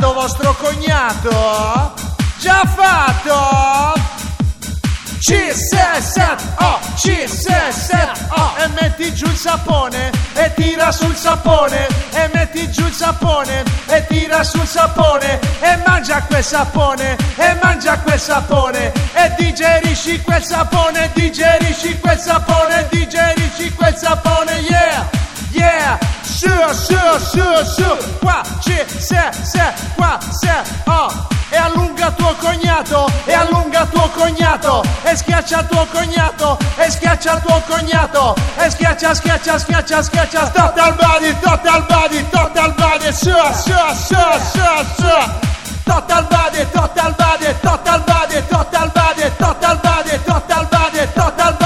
fatto vostro cognato? Già fatto? C-7-O, C-7-O. E metti giù il sapone e tira sul sapone. E metti giù il sapone e tira sul sapone. E mangia quel sapone, e mangia quel sapone. E digerisci quel sapone, digerisci quel sapone, digerisci quel sapone, yeah, yeah. Su, qua c'è, qua c'è, oh. E allunga tuo cognato, e allunga tuo cognato, e schiaccia tuo cognato, e schiaccia tuo cognato, e schiaccia, schiaccia, schiaccia, schiaccia. Total body, total body, total body, su. Total body, total body, total body, total body, total body, total body, total